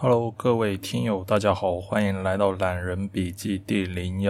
Hello，各位听友，大家好，欢迎来到懒人笔记第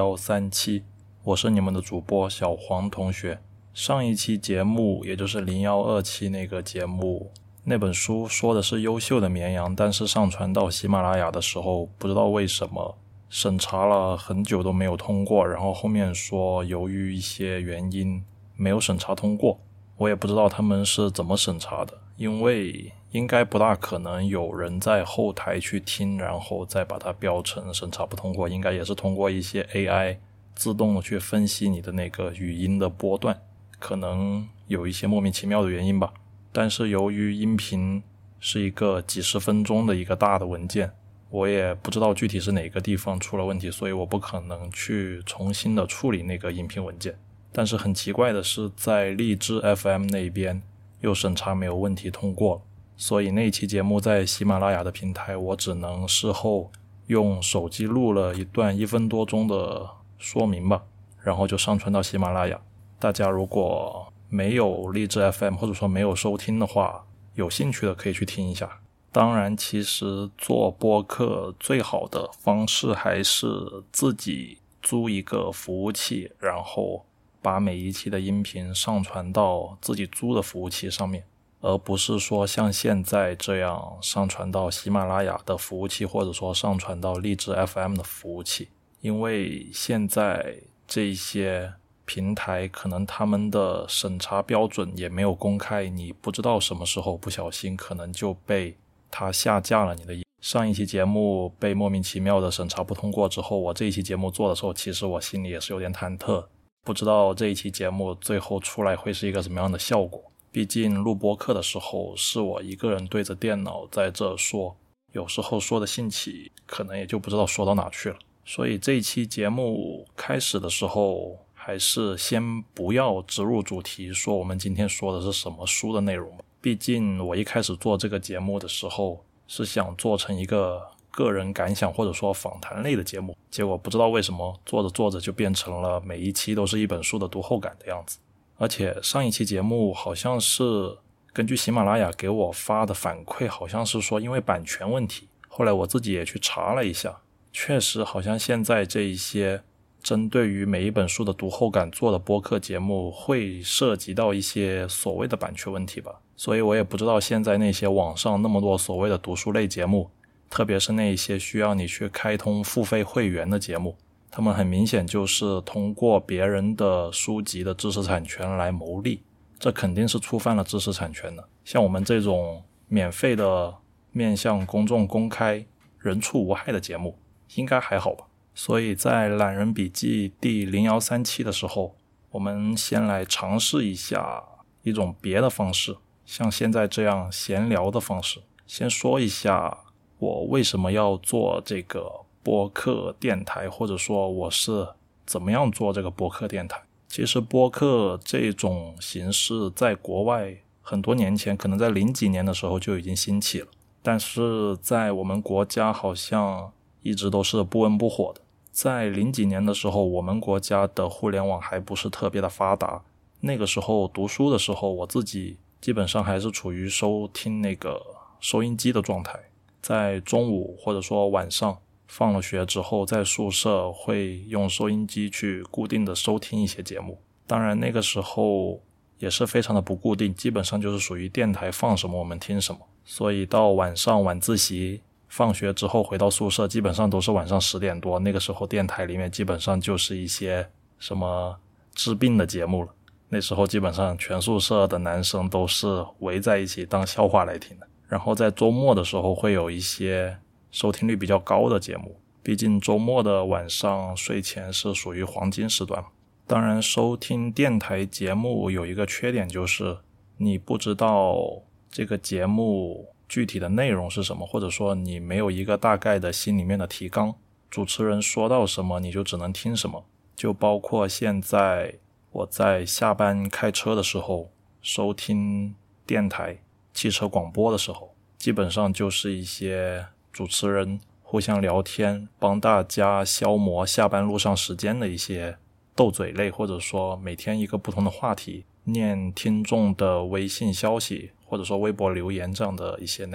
0137，我是你们的主播小黄同学。上一期节目，也就是0127那个节目，那本书说的是优秀的绵羊，但是上传到喜马拉雅的时候，不知道为什么审查了很久都没有通过，然后后面说由于一些原因没有审查通过。我也不知道他们是怎么审查的，因为应该不大可能有人在后台去听，然后再把它标成审查不通过，应该也是通过一些 AI 自动的去分析你的那个语音的波段，可能有一些莫名其妙的原因吧。但是由于音频是一个几十分钟的一个大的文件，我也不知道具体是哪个地方出了问题，所以我不可能去重新的处理那个音频文件。但是很奇怪的是，在荔枝 FM 那边又审查没有问题通过了，所以那期节目在喜马拉雅的平台，我只能事后用手机录了一段1分多钟的说明吧，然后就上传到喜马拉雅。大家如果没有荔枝 FM 或者说没有收听的话，有兴趣的可以去听一下。当然，其实做播客最好的方式还是自己租一个服务器，然后把每一期的音频上传到自己租的服务器上面，而不是说像现在这样上传到喜马拉雅的服务器，或者说上传到荔枝 FM 的服务器。因为现在这些平台可能他们的审查标准也没有公开，你不知道什么时候不小心可能就被它下架了你的音。上一期节目被莫名其妙的审查不通过之后，我这一期节目做的时候，其实我心里也是有点忐忑，不知道这一期节目最后出来会是一个什么样的效果。毕竟录播课的时候是我一个人对着电脑在这说，有时候说的兴起可能也就不知道说到哪去了。所以这一期节目开始的时候，还是先不要植入主题说我们今天说的是什么书的内容吧。毕竟我一开始做这个节目的时候是想做成一个个人感想或者说访谈类的节目，结果不知道为什么做着做着就变成了每一期都是一本书的读后感的样子。而且上一期节目好像是根据喜马拉雅给我发的反馈，好像是说因为版权问题，后来我自己也去查了一下，确实好像现在这一些针对于每一本书的读后感做的播客节目会涉及到一些所谓的版权问题吧。所以我也不知道现在那些网上那么多所谓的读书类节目，特别是那一些需要你去开通付费会员的节目，他们很明显就是通过别人的书籍的知识产权来牟利，这肯定是触犯了知识产权的。像我们这种免费的面向公众公开人畜无害的节目应该还好吧。所以在懒人笔记第0137的时候，我们先来尝试一下一种别的方式，像现在这样闲聊的方式。先说一下我为什么要做这个播客电台，或者说我是怎么样做这个播客电台。其实播客这种形式在国外很多年前，可能在00几年的时候就已经兴起了，但是在我们国家好像一直都是不温不火的。在00几年的时候，我们国家的互联网还不是特别的发达，那个时候读书的时候，我自己基本上还是处于收听那个收音机的状态，在中午或者说晚上放了学之后，在宿舍会用收音机去固定的收听一些节目。当然那个时候也是非常的不固定，基本上就是属于电台放什么我们听什么，所以到晚上晚自习放学之后回到宿舍，基本上都是晚上10点多，那个时候电台里面基本上就是一些什么治病的节目了，那时候基本上全宿舍的男生都是围在一起当笑话来听的。然后在周末的时候会有一些收听率比较高的节目，毕竟周末的晚上睡前是属于黄金时段。当然收听电台节目有一个缺点，就是你不知道这个节目具体的内容是什么，或者说你没有一个大概的心里面的提纲，主持人说到什么你就只能听什么。就包括现在我在下班开车的时候收听电台汽车广播的时候，基本上就是一些主持人互相聊天，帮大家消磨下班路上时间的一些斗嘴类，或者说每天一个不同的话题，念听众的微信消息或者说微博留言这样的一些内容。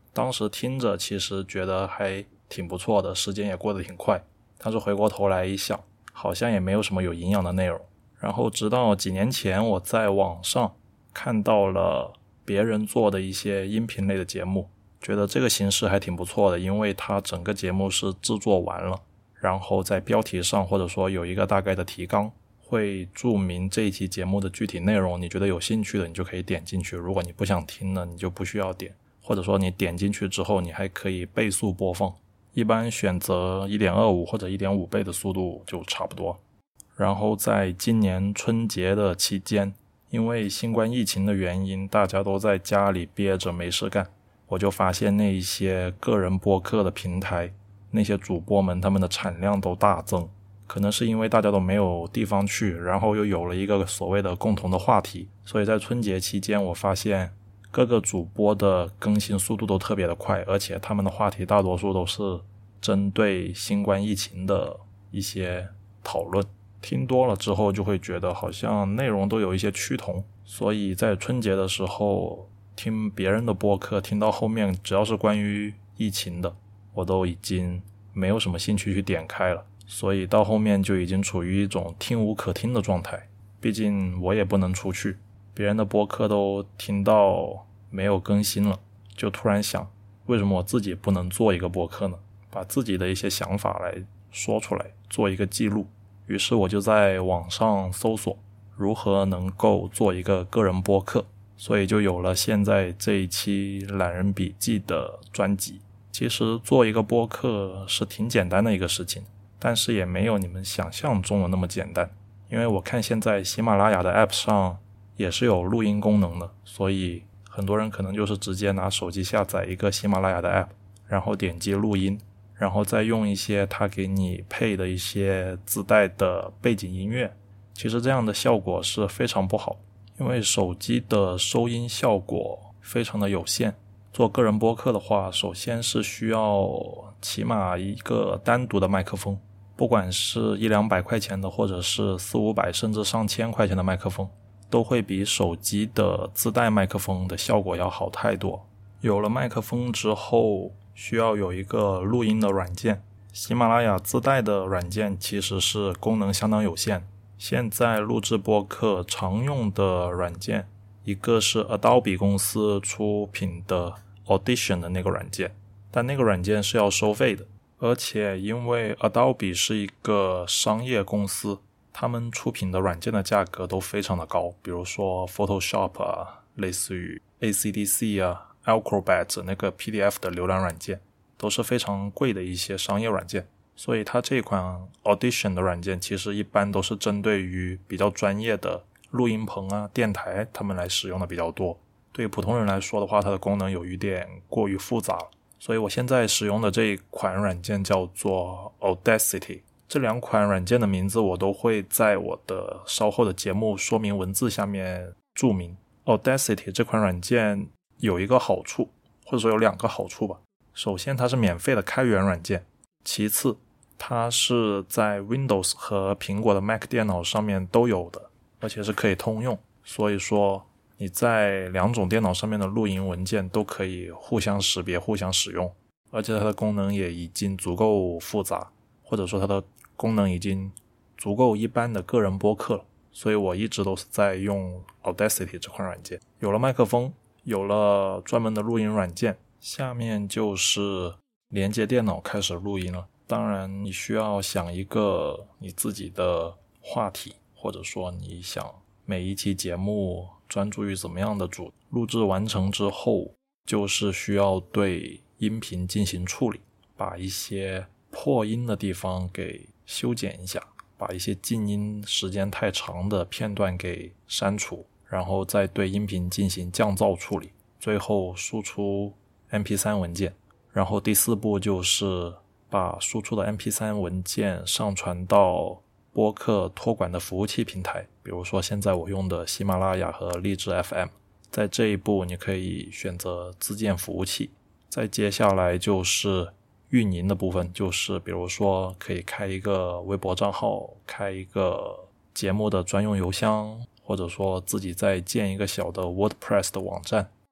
当时听着其实觉得还挺不错的，时间也过得挺快，但是回过头来一想，好像也没有什么有营养的内容。然后直到几年前我在网上看到了别人做的一些音频类的节目，觉得这个形式还挺不错的，因为它整个节目是制作完了，然后在标题上或者说有一个大概的提纲，会注明这一期节目的具体内容，你觉得有兴趣的你就可以点进去，如果你不想听呢，你就不需要点，或者说你点进去之后你还可以倍速播放，一般选择 1.25 或者 1.5 倍的速度就差不多。然后在今年春节的期间，因为新冠疫情的原因，大家都在家里憋着没事干，我就发现那一些个人播客的平台，那些主播们他们的产量都大增，可能是因为大家都没有地方去，然后又有了一个所谓的共同的话题，所以在春节期间我发现各个主播的更新速度都特别的快，而且他们的话题大多数都是针对新冠疫情的一些讨论，听多了之后就会觉得好像内容都有一些趋同，所以在春节的时候听别人的播客，听到后面只要是关于疫情的，我都已经没有什么兴趣去点开了，所以到后面就已经处于一种听无可听的状态。毕竟我也不能出去，别人的播客都听到没有更新了，就突然想，为什么我自己不能做一个播客呢？把自己的一些想法来说出来，做一个记录。于是我就在网上搜索如何能够做一个个人播客，所以就有了现在这一期懒人笔记的专辑。其实做一个播客是挺简单的一个事情，但是也没有你们想象中的那么简单，因为我看现在喜马拉雅的 App 上也是有录音功能的，所以很多人可能就是直接拿手机下载一个喜马拉雅的 App， 然后点击录音，然后再用一些它给你配的一些自带的背景音乐。其实这样的效果是非常不好，因为手机的收音效果非常的有限。做个人播客的话，首先是需要起码一个单独的麦克风，不管是100-200块钱的，或者是400-500甚至上千块钱的麦克风，都会比手机的自带麦克风的效果要好太多。有了麦克风之后，需要有一个录音的软件，喜马拉雅自带的软件其实是功能相当有限。现在录制播客常用的软件，一个是 Adobe 公司出品的 Audition 的那个软件，但那个软件是要收费的，而且因为 Adobe 是一个商业公司，他们出品的软件的价格都非常的高，比如说 Photoshop 啊，类似于 ACDC 啊，Acrobat 那个 PDF 的浏览软件都是非常贵的一些商业软件，所以它这款 Audition 的软件其实一般都是针对于比较专业的录音棚啊、电台他们来使用的比较多。对于普通人来说的话，它的功能有一点过于复杂了，所以我现在使用的这一款软件叫做 Audacity。这两款软件的名字我都会在我的稍后的节目说明文字下面注明。Audacity 这款软件有一个好处，或者说有两个好处吧。首先它是免费的开源软件，其次它是在 Windows 和苹果的 Mac 电脑上面都有的，而且是可以通用，所以说你在两种电脑上面的录音文件都可以互相识别、互相使用，而且它的功能也已经足够复杂，或者说它的功能已经足够一般的个人播客了，所以我一直都是在用 Audacity 这款软件。有了麦克风，有了专门的录音软件，下面就是连接电脑开始录音了。当然你需要想一个你自己的话题，或者说你想每一期节目专注于怎么样的主题。录制完成之后，就是需要对音频进行处理，把一些破音的地方给修剪一下，把一些静音时间太长的片段给删除，然后再对音频进行降噪处理，最后输出 MP3 文件。然后第四步就是把输出的 MP3 文件上传到播客托管的服务器平台，比如说现在我用的喜马拉雅和荔枝 FM。 在这一步你可以选择自建服务器。再接下来就是运营的部分，就是比如说可以开一个微博账号，开一个节目的专用邮箱，或者说自己再建一个小的 WordPress 的网站。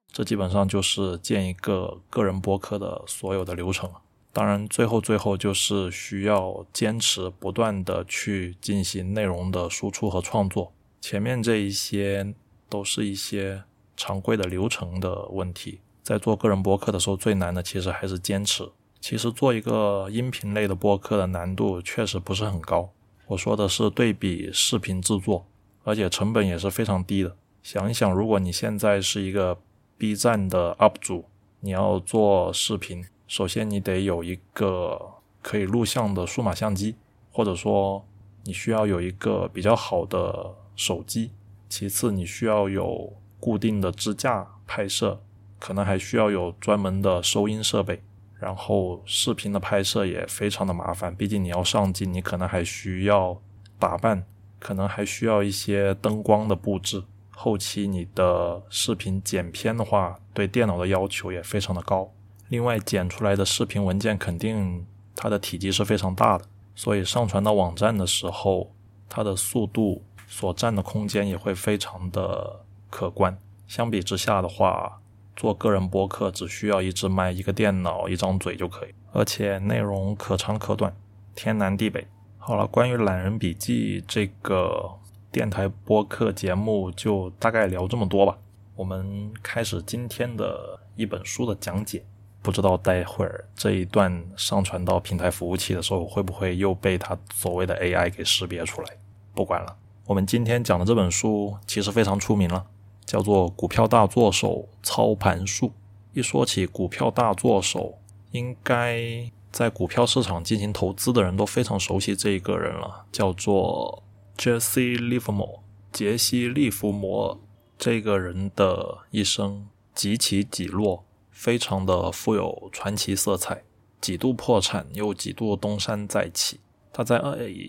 这基本上就是建一个个人播客的所有的流程。当然最后就是需要坚持不断的去进行内容的输出和创作，前面这一些都是一些常规的流程的问题。在做个人播客的时候，最难的其实还是坚持。其实做一个音频类的播客的难度确实不是很高，我说的是对比视频制作，而且成本也是非常低的。想一想，如果你现在是一个 B 站的 UP 主，你要做视频，首先你得有一个可以录像的数码相机，或者说你需要有一个比较好的手机，其次你需要有固定的支架拍摄，可能还需要有专门的收音设备，然后视频的拍摄也非常的麻烦，毕竟你要上镜，你可能还需要打扮，可能还需要一些灯光的布置，后期你的视频剪片的话，对电脑的要求也非常的高。另外剪出来的视频文件肯定它的体积是非常大的，所以上传到网站的时候，它的速度所占的空间也会非常的可观。相比之下的话，做个人播客只需要一支麦、一个电脑、一张嘴就可以，而且内容可长可短，天南地北。好了，关于懒人笔记这个电台播客节目就大概聊这么多吧。我们开始今天的一本书的讲解。不知道待会儿这一段上传到平台服务器的时候，会不会又被它所谓的 AI 给识别出来。不管了，我们今天讲的这本书其实非常出名了，叫做《股票大作手操盘术》。一说起股票大作手，应该在股票市场进行投资的人都非常熟悉这一个人了，叫做 Jesse Livermore 杰西·利弗摩尔。这个人的一生极起极落，非常的富有传奇色彩，几度破产又几度东山再起。他在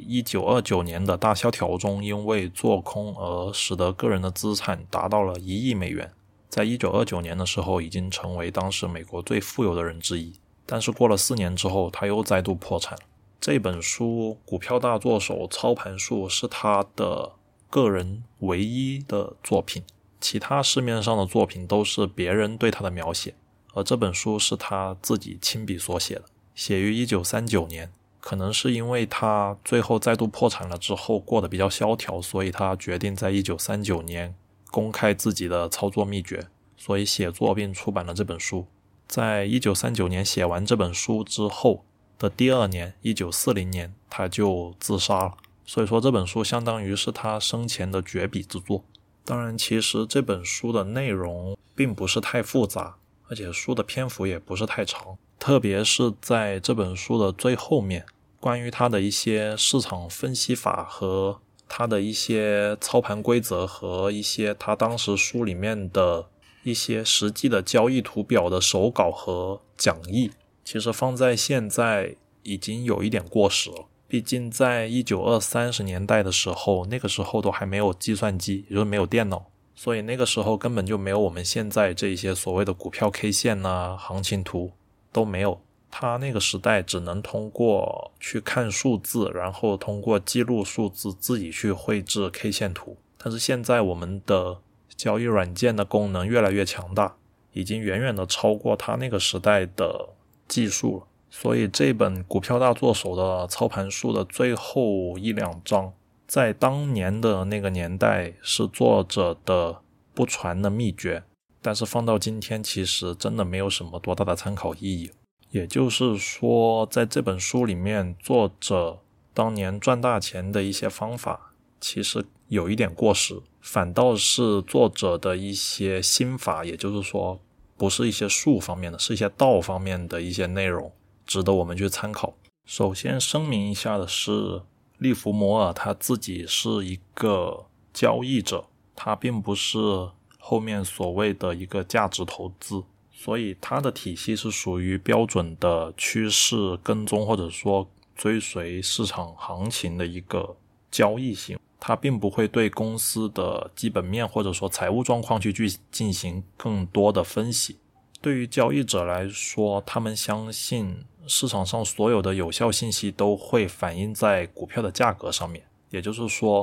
1929年的大萧条中因为做空而使得个人的资产达到了1亿美元，在1929年的时候已经成为当时美国最富有的人之一。但是过了4年之后，他又再度破产了。这本书《股票大作手操盘术》是他的个人唯一的作品，其他市面上的作品都是别人对他的描写，而这本书是他自己亲笔所写的，写于1939年。可能是因为他最后再度破产了之后过得比较萧条，所以他决定在1939年公开自己的操作秘诀，所以写作并出版了这本书。在1939年写完这本书之后的第2年1940年他就自杀了，所以说这本书相当于是他生前的绝笔之作。当然其实这本书的内容并不是太复杂，而且书的篇幅也不是太长，特别是在这本书的最后面，关于他的一些市场分析法和他的一些操盘规则和一些他当时书里面的一些实际的交易图表的手稿和讲义，其实放在现在已经有一点过时了。毕竟在1920-30年代的时候，那个时候都还没有计算机，也就是没有电脑，所以那个时候根本就没有我们现在这些所谓的股票 K 线啊、行情图都没有。他那个时代只能通过去看数字，然后通过记录数字自己去绘制 K 线图。但是现在我们的交易软件的功能越来越强大，已经远远的超过他那个时代的技术了。所以这本股票大作手的操盘术的最后1-2章，在当年的那个年代是作者的不传的秘诀，但是放到今天其实真的没有什么多大的参考意义。也就是说，在这本书里面，作者当年赚大钱的一些方法其实有一点过时，反倒是作者的一些心法，也就是说不是一些术方面的，是一些道方面的一些内容，值得我们去参考。首先声明一下的是，利弗摩尔他自己是一个交易者，他并不是后面所谓的一个价值投资，所以他的体系是属于标准的趋势跟踪或者说追随市场行情的一个交易行为，他并不会对公司的基本面或者说财务状况去进行更多的分析。对于交易者来说，他们相信市场上所有的有效信息都会反映在股票的价格上面，也就是说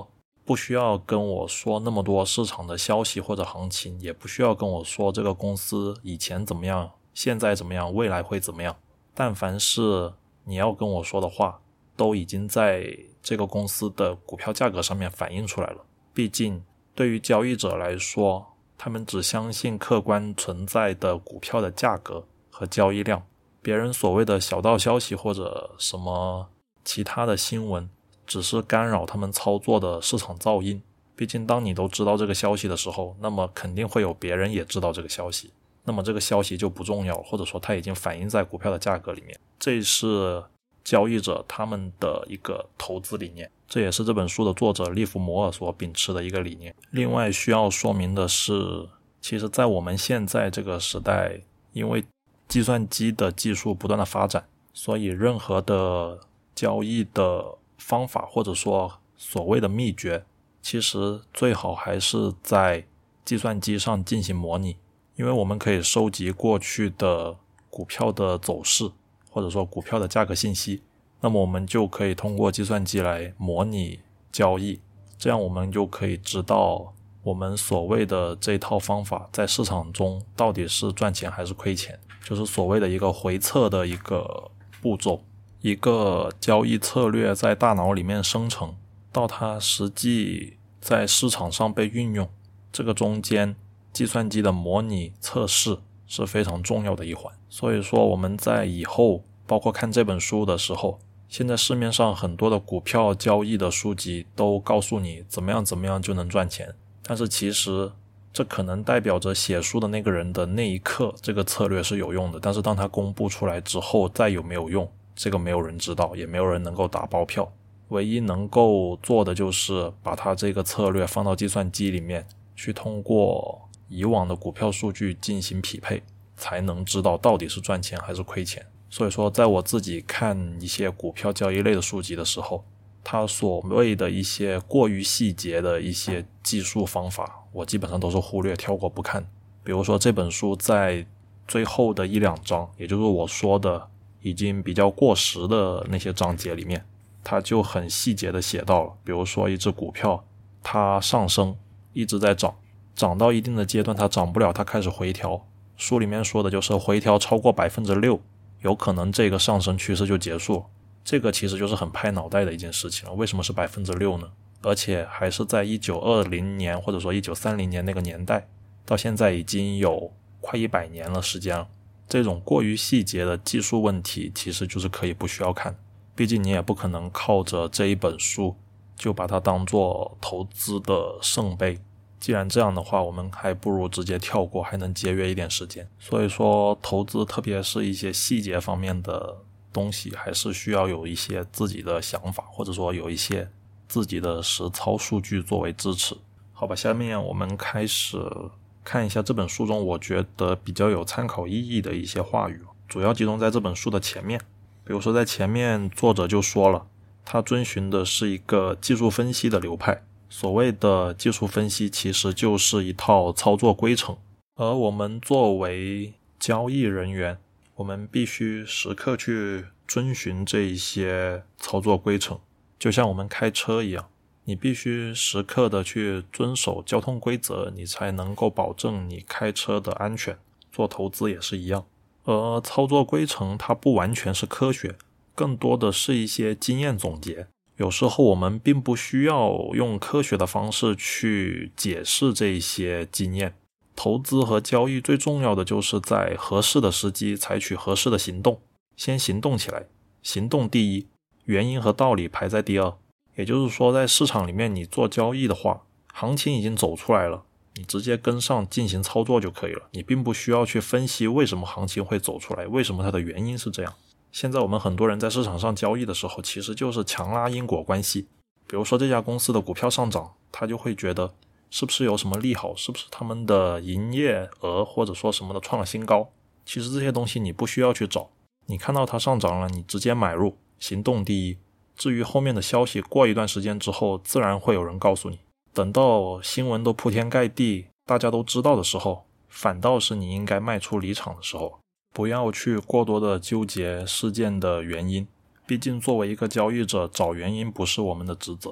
不需要跟我说那么多市场的消息或者行情，也不需要跟我说这个公司以前怎么样，现在怎么样，未来会怎么样。但凡是你要跟我说的话，都已经在这个公司的股票价格上面反映出来了。毕竟对于交易者来说，他们只相信客观存在的股票的价格和交易量，别人所谓的小道消息或者什么其他的新闻，只是干扰他们操作的市场噪音。毕竟当你都知道这个消息的时候，那么肯定会有别人也知道这个消息，那么这个消息就不重要，或者说它已经反映在股票的价格里面。这是交易者他们的一个投资理念，这也是这本书的作者利弗摩尔所秉持的一个理念。另外需要说明的是，其实在我们现在这个时代，因为计算机的技术不断的发展，所以任何的交易的方法或者说所谓的秘诀，其实最好还是在计算机上进行模拟。因为我们可以收集过去的股票的走势，或者说股票的价格信息，那么我们就可以通过计算机来模拟交易，这样我们就可以知道我们所谓的这套方法在市场中到底是赚钱还是亏钱，就是所谓的一个回测的一个步骤。一个交易策略在大脑里面生成，到它实际在市场上被运用，这个中间计算机的模拟测试是非常重要的一环。所以说我们在以后包括看这本书的时候，现在市面上很多的股票交易的书籍都告诉你怎么样就能赚钱，但是其实这可能代表着写书的那个人的那一刻这个策略是有用的，但是当他公布出来之后再有没有用，这个没有人知道，也没有人能够打包票。唯一能够做的就是把他这个策略放到计算机里面去，通过以往的股票数据进行匹配，才能知道到底是赚钱还是亏钱。所以说在我自己看一些股票交易类的书籍的时候，它所谓的一些过于细节的一些技术方法，我基本上都是忽略跳过不看。比如说这本书在最后的一两章，也就是我说的已经比较过时的那些章节里面，它就很细节的写到了，比如说一只股票它上升一直在涨，涨到一定的阶段它涨不了，它开始回调，书里面说的就是回调超过 6%， 有可能这个上升趋势就结束了。这个其实就是很拍脑袋的一件事情了。为什么是 6% 呢？而且还是在1920年或者说1930年那个年代，到现在已经有快100年了时间了。这种过于细节的技术问题其实就是可以不需要看，毕竟你也不可能靠着这一本书就把它当做投资的圣杯。既然这样的话，我们还不如直接跳过，还能节约一点时间。所以说投资特别是一些细节方面的东西，还是需要有一些自己的想法，或者说有一些自己的实操数据作为支持。好吧，下面我们开始看一下这本书中我觉得比较有参考意义的一些话语，主要集中在这本书的前面。比如说在前面作者就说了，他遵循的是一个技术分析的流派。所谓的技术分析其实就是一套操作规程，而我们作为交易人员，我们必须时刻去遵循这一些操作规程，就像我们开车一样，你必须时刻的去遵守交通规则，你才能够保证你开车的安全。做投资也是一样，而操作规程它不完全是科学，更多的是一些经验总结。有时候我们并不需要用科学的方式去解释这些经验。投资和交易最重要的就是在合适的时机采取合适的行动，先行动起来，行动第一，原因和道理排在第二。也就是说在市场里面你做交易的话，行情已经走出来了，你直接跟上进行操作就可以了，你并不需要去分析为什么行情会走出来，为什么它的原因是这样。现在我们很多人在市场上交易的时候，其实就是强拉因果关系。比如说这家公司的股票上涨，他就会觉得是不是有什么利好，是不是他们的营业额或者说什么的创了新高。其实这些东西你不需要去找，你看到它上涨了，你直接买入，行动第一。至于后面的消息，过一段时间之后自然会有人告诉你。等到新闻都铺天盖地，大家都知道的时候，反倒是你应该卖出离场的时候。不要去过多的纠结事件的原因，毕竟作为一个交易者，找原因不是我们的职责。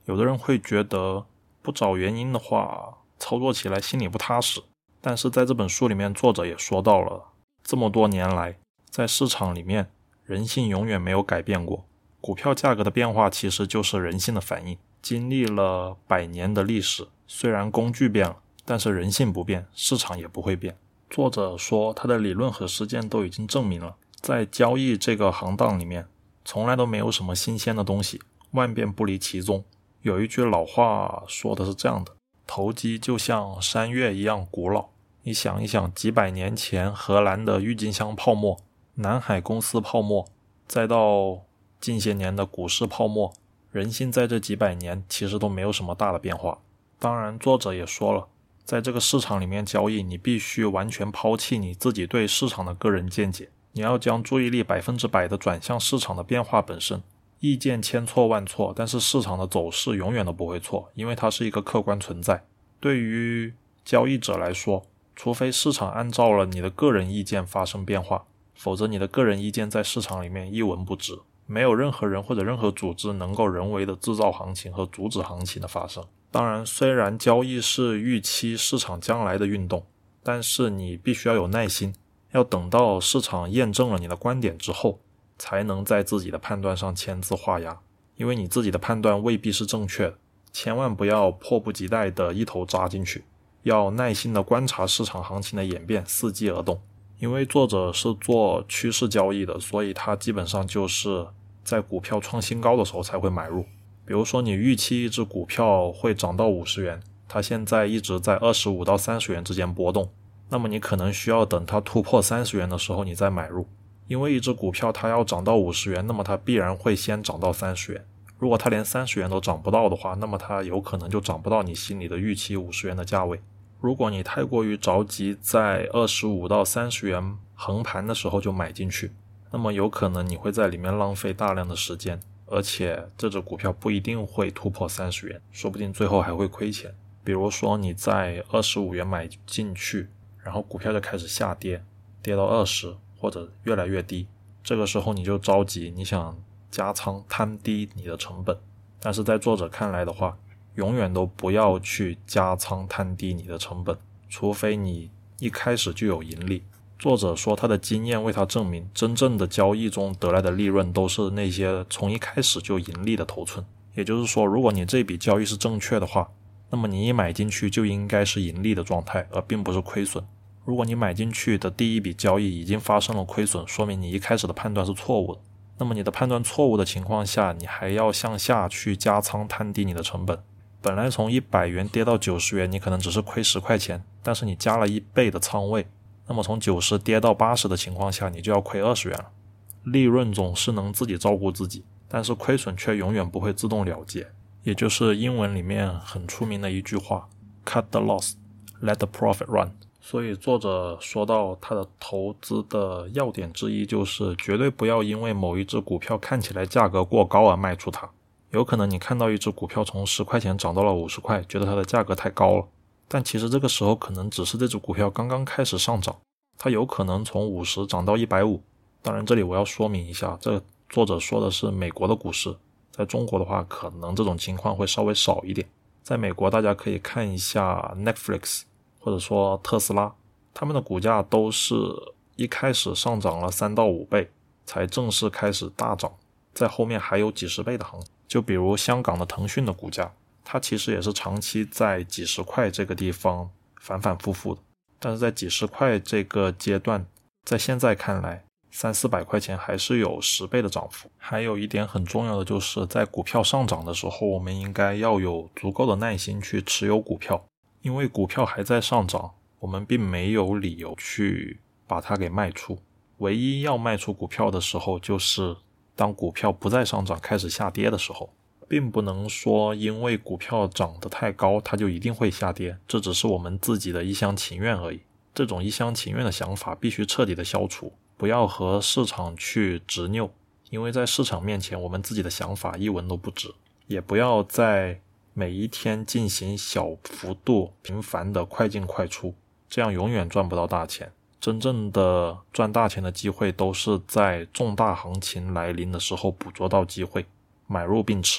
有的人会觉得不找原因的话，操作起来心里不踏实。但是在这本书里面，作者也说到了，这么多年来，在市场里面，人性永远没有改变过。股票价格的变化其实就是人性的反应。经历了100年的历史，虽然工具变了，但是人性不变，市场也不会变。作者说，他的理论和实践都已经证明了，在交易这个行当里面，从来都没有什么新鲜的东西，万变不离其宗。有一句老话说的是这样的，投机就像山岳一样古老。你想一想，几百年前荷兰的郁金香泡沫，南海公司泡沫，再到近些年的股市泡沫，人性在这几百年其实都没有什么大的变化。当然，作者也说了，在这个市场里面交易，你必须完全抛弃你自己对市场的个人见解，你要将注意力100%的转向市场的变化本身。意见千错万错，但是市场的走势永远都不会错，因为它是一个客观存在。对于交易者来说，除非市场按照了你的个人意见发生变化，否则你的个人意见在市场里面一文不值。没有任何人或者任何组织能够人为的制造行情和阻止行情的发生。当然，虽然交易是预期市场将来的运动，但是你必须要有耐心，要等到市场验证了你的观点之后，才能在自己的判断上签字画押。因为你自己的判断未必是正确的，千万不要迫不及待的一头扎进去，要耐心的观察市场行情的演变，伺机而动。因为作者是做趋势交易的，所以他基本上就是在股票创新高的时候才会买入。比如说你预期一只股票会涨到50元，它现在一直在25到30元之间波动，那么你可能需要等它突破30元的时候你再买入。因为一只股票它要涨到50元，那么它必然会先涨到30元。如果它连30元都涨不到的话，那么它有可能就涨不到你心里的预期50元的价位。如果你太过于着急在25到30元横盘的时候就买进去，那么有可能你会在里面浪费大量的时间，而且这只股票不一定会突破30元，说不定最后还会亏钱。比如说你在25元买进去，然后股票就开始下跌，跌到20或者越来越低，这个时候你就着急，你想加仓摊低你的成本。但是在作者看来的话，永远都不要去加仓摊低你的成本，除非你一开始就有盈利。作者说他的经验为他证明，真正的交易中得来的利润都是那些从一开始就盈利的头寸。也就是说，如果你这笔交易是正确的话，那么你一买进去就应该是盈利的状态，而并不是亏损。如果你买进去的第一笔交易已经发生了亏损，说明你一开始的判断是错误的。那么你的判断错误的情况下，你还要向下去加仓摊低你的成本。本来从100元跌到90元，你可能只是亏10块钱，但是你加了1倍的仓位，那么从90跌到80的情况下，你就要亏20元了。利润总是能自己照顾自己，但是亏损却永远不会自动了结，也就是英文里面很出名的一句话 Cut the loss, let the profit run。 所以作者说到他的投资的要点之一就是绝对不要因为某一只股票看起来价格过高而卖出它。有可能你看到一只股票从10块钱涨到了50块，觉得它的价格太高了，但其实这个时候可能只是这只股票刚刚开始上涨，它有可能从50涨到150。当然这里我要说明一下，这个作者说的是美国的股市，在中国的话可能这种情况会稍微少一点。在美国大家可以看一下 Netflix 或者说特斯拉，他们的股价都是一开始上涨了3到5倍才正式开始大涨，在后面还有几十倍的行情。就比如香港的腾讯的股价，它其实也是长期在几十块这个地方反反复复的，但是在几十块这个阶段，在现在看来300-400块钱还是有10倍的涨幅。还有一点很重要的就是在股票上涨的时候，我们应该要有足够的耐心去持有股票，因为股票还在上涨，我们并没有理由去把它给卖出。唯一要卖出股票的时候，就是当股票不再上涨开始下跌的时候。并不能说因为股票涨得太高它就一定会下跌，这只是我们自己的一厢情愿而已。这种一厢情愿的想法必须彻底的消除，不要和市场去执拗，因为在市场面前我们自己的想法一文都不值。也不要在每一天进行小幅度频繁的快进快出，这样永远赚不到大钱。真正的赚大钱的机会都是在重大行情来临的时候捕捉到机会，买入并持有。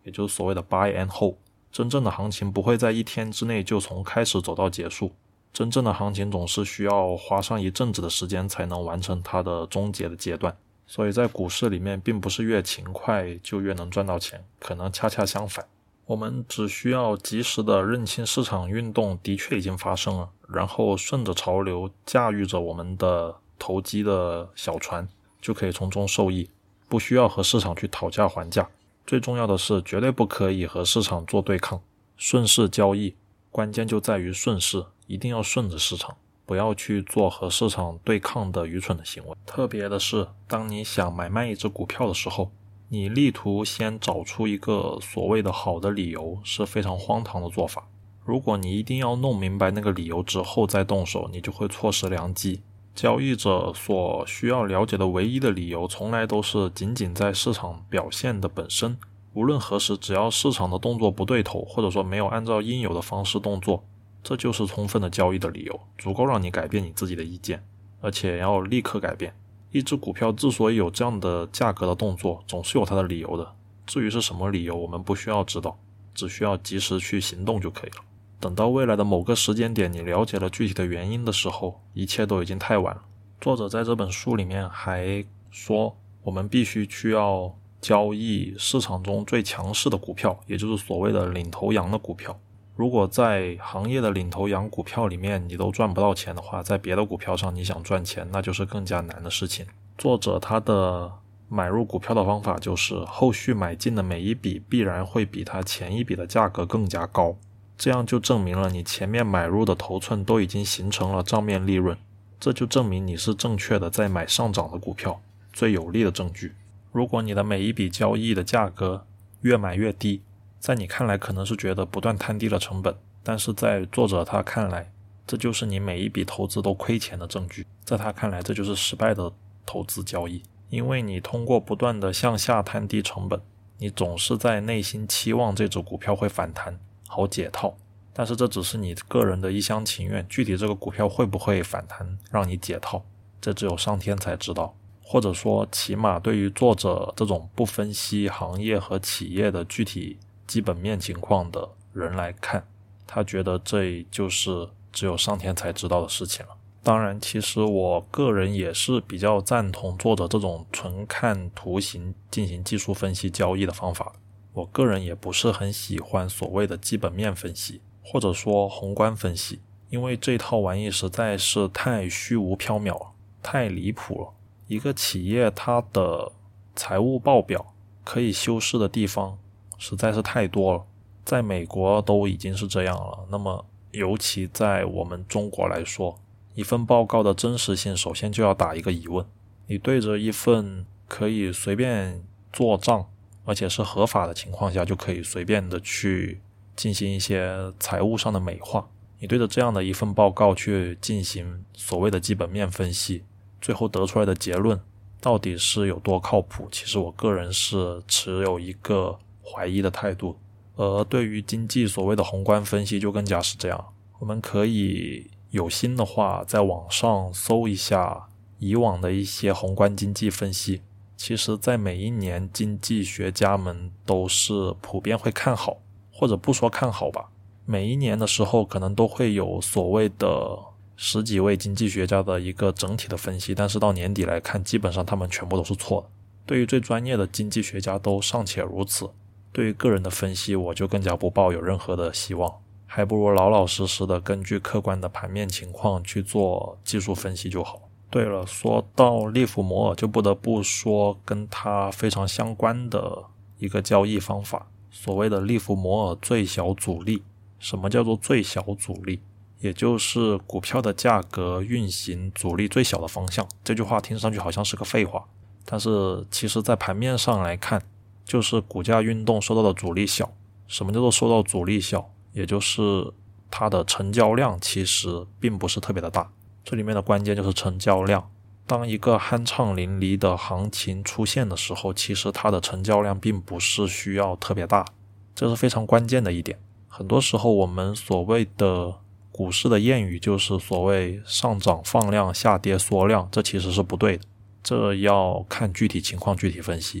也就是所谓的 buy and hold。真正的行情不会在一天之内就从开始走到结束，真正的行情总是需要花上一阵子的时间才能完成它的终结的阶段。所以在股市里面并不是越勤快就越能赚到钱，可能恰恰相反。我们只需要及时的认清市场运动的确已经发生了，然后顺着潮流驾驭着我们的投机的小船，就可以从中受益，不需要和市场去讨价还价。最重要的是绝对不可以和市场做对抗，顺势交易，关键就在于顺势，一定要顺着市场，不要去做和市场对抗的愚蠢的行为。特别的是，当你想买卖一只股票的时候，你力图先找出一个所谓的好的理由是非常荒唐的做法。如果你一定要弄明白那个理由之后再动手，你就会错失良机。交易者所需要了解的唯一的理由从来都是仅仅在市场表现的本身，无论何时，只要市场的动作不对头，或者说没有按照应有的方式动作，这就是充分的交易的理由，足够让你改变你自己的意见，而且要立刻改变。一只股票之所以有这样的价格的动作，总是有它的理由的。至于是什么理由，我们不需要知道，只需要及时去行动就可以了。等到未来的某个时间点，你了解了具体的原因的时候，一切都已经太晚了。作者在这本书里面还说，我们必须要交易市场中最强势的股票，也就是所谓的领头羊的股票。如果在行业的领头羊股票里面你都赚不到钱的话，在别的股票上你想赚钱，那就是更加难的事情。作者他的买入股票的方法就是后续买进的每一笔必然会比他前一笔的价格更加高，这样就证明了你前面买入的头寸都已经形成了账面利润，这就证明你是正确的在买上涨的股票，最有力的证据。如果你的每一笔交易的价格越买越低，在你看来可能是觉得不断摊低了成本，但是在作者他看来，这就是你每一笔投资都亏钱的证据。在他看来，这就是失败的投资交易，因为你通过不断的向下摊低成本，你总是在内心期望这只股票会反弹，好解套。但是这只是你个人的一厢情愿，具体这个股票会不会反弹让你解套，这只有上天才知道。或者说起码对于作者这种不分析行业和企业的具体基本面情况的人来看，他觉得这就是只有上天才知道的事情了。当然其实我个人也是比较赞同作者这种纯看图形进行技术分析交易的方法的。我个人也不是很喜欢所谓的基本面分析或者说宏观分析，因为这套玩意实在是太虚无缥缈了，太离谱了。一个企业它的财务报表可以修饰的地方实在是太多了，在美国都已经是这样了，那么尤其在我们中国来说，一份报告的真实性首先就要打一个疑问。你对着一份可以随便做账而且是合法的情况下就可以随便的去进行一些财务上的美化，你对着这样的一份报告去进行所谓的基本面分析，最后得出来的结论到底是有多靠谱，其实我个人是持有一个怀疑的态度。而对于经济所谓的宏观分析就更加是这样，我们可以有心的话在网上搜一下以往的一些宏观经济分析，其实在每一年经济学家们都是普遍会看好，或者不说看好吧，每一年的时候可能都会有所谓的十几位经济学家的一个整体的分析，但是到年底来看基本上他们全部都是错的。对于最专业的经济学家都尚且如此，对于个人的分析我就更加不抱有任何的希望，还不如老老实实的根据客观的盘面情况去做技术分析就好。对了，说到利弗摩尔就不得不说跟他非常相关的一个交易方法，所谓的利弗摩尔最小阻力。什么叫做最小阻力？也就是股票的价格运行阻力最小的方向。这句话听上去好像是个废话，但是其实在盘面上来看，就是股价运动受到的阻力小。什么叫做受到阻力小？也就是它的成交量其实并不是特别的大，这里面的关键就是成交量。当一个酣畅淋漓的行情出现的时候，其实它的成交量并不是需要特别大，这是非常关键的一点。很多时候我们所谓的股市的谚语就是所谓上涨放量下跌缩量，这其实是不对的，这要看具体情况具体分析。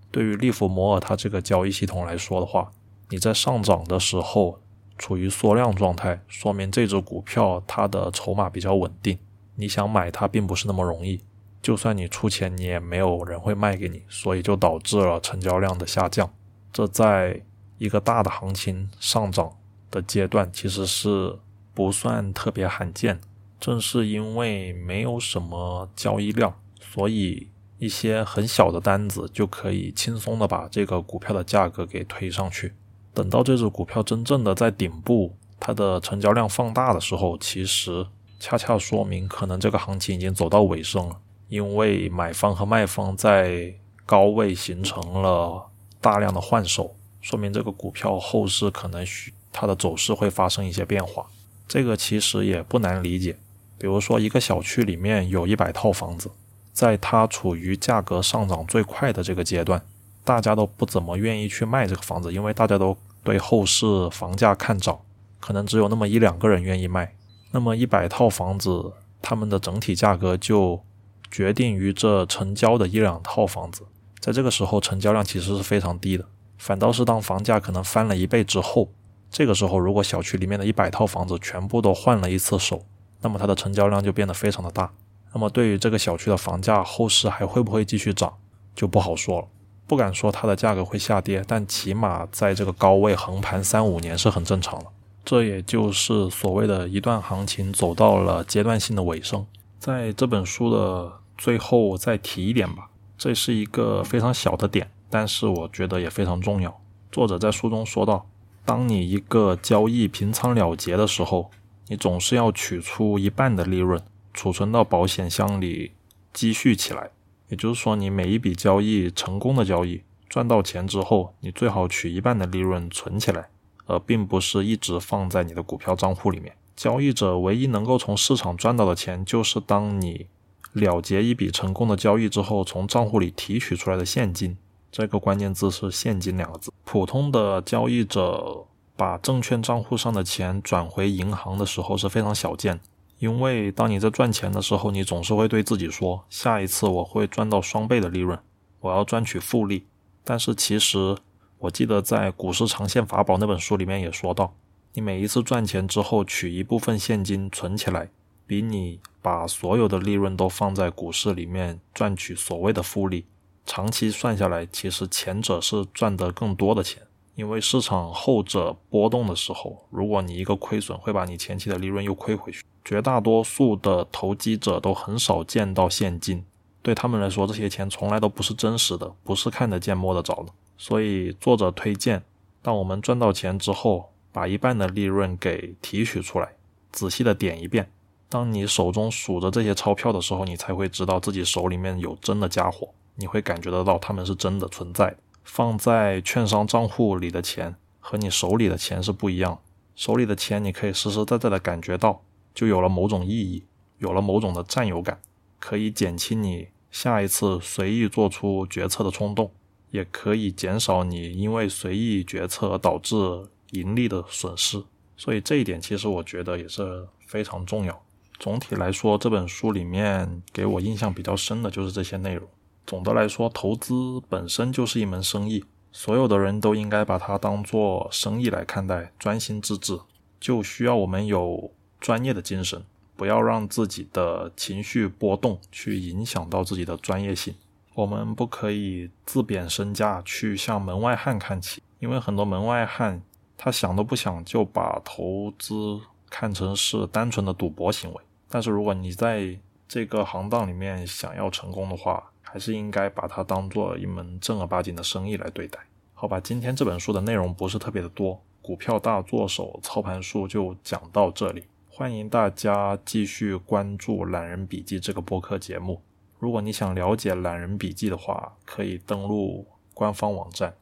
对于利弗摩尔它这个交易系统来说的话，你在上涨的时候处于缩量状态，说明这只股票它的筹码比较稳定，你想买它并不是那么容易，就算你出钱你也没有人会卖给你，所以就导致了成交量的下降。这在一个大的行情上涨的阶段其实是不算特别罕见，正是因为没有什么交易量，所以一些很小的单子就可以轻松的把这个股票的价格给推上去。等到这只股票真正的在顶部，它的成交量放大的时候，其实恰恰说明可能这个行情已经走到尾声了，因为买方和卖方在高位形成了大量的换手，说明这个股票后市可能它的走势会发生一些变化。这个其实也不难理解，比如说一个小区里面有100套房子，在它处于价格上涨最快的这个阶段，大家都不怎么愿意去卖这个房子，因为大家都对后市房价看涨，可能只有那么1-2个人愿意卖。那么100套房子，它们的整体价格就决定于这成交的1-2套房子，在这个时候成交量其实是非常低的。反倒是当房价可能翻了1倍之后，这个时候如果小区里面的100套房子全部都换了一次手，那么它的成交量就变得非常的大。那么对于这个小区的房价后市还会不会继续涨就不好说了，不敢说它的价格会下跌，但起码在这个高位横盘3-5年是很正常的。这也就是所谓的一段行情走到了阶段性的尾声。在这本书的最后再提一点吧，这是一个非常小的点，但是我觉得也非常重要。作者在书中说到，当你一个交易平仓了结的时候，你总是要取出一半的利润储存到保险箱里积蓄起来，也就是说你每一笔交易成功的交易赚到钱之后，你最好取一半的利润存起来，而并不是一直放在你的股票账户里面。交易者唯一能够从市场赚到的钱，就是当你了结一笔成功的交易之后从账户里提取出来的现金，这个关键字是现金2个字。普通的交易者把证券账户上的钱转回银行的时候是非常少见，因为当你在赚钱的时候，你总是会对自己说，下一次我会赚到双倍的利润，我要赚取复利。但是其实我记得在股市长线法宝那本书里面也说到，你每一次赚钱之后取一部分现金存起来，比你把所有的利润都放在股市里面赚取所谓的复利，长期算下来其实前者是赚得更多的钱。因为市场后者波动的时候，如果你一个亏损会把你前期的利润又亏回去。绝大多数的投机者都很少见到现金，对他们来说这些钱从来都不是真实的，不是看得见摸得着的。所以作者推荐，当我们赚到钱之后，把一半的利润给提取出来，仔细的点一遍。当你手中数着这些钞票的时候，你才会知道自己手里面有真的家伙，你会感觉得到它们是真的存在的。放在券商账户里的钱和你手里的钱是不一样，手里的钱你可以实实在在的感觉到，就有了某种意义，有了某种的占有感，可以减轻你下一次随意做出决策的冲动，也可以减少你因为随意决策而导致盈利的损失。所以这一点其实我觉得也是非常重要。总体来说，这本书里面给我印象比较深的就是这些内容。总的来说，投资本身就是一门生意，所有的人都应该把它当作生意来看待，专心致志。就需要我们有专业的精神，不要让自己的情绪波动去影响到自己的专业性。我们不可以自贬身价去向门外汉看齐，因为很多门外汉他想都不想就把投资看成是单纯的赌博行为。但是如果你在这个行当里面想要成功的话，还是应该把它当做一门正儿八经的生意来对待。好吧，今天这本书的内容不是特别的多，股票大作手操盘术就讲到这里。欢迎大家继续关注懒人笔记这个播客节目。如果你想了解懒人笔记的话，可以登录官方网站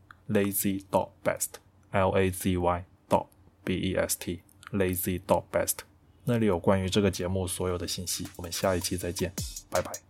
lazy.best lazy.best lazy.best， 那里有关于这个节目所有的信息。我们下一期再见，拜拜。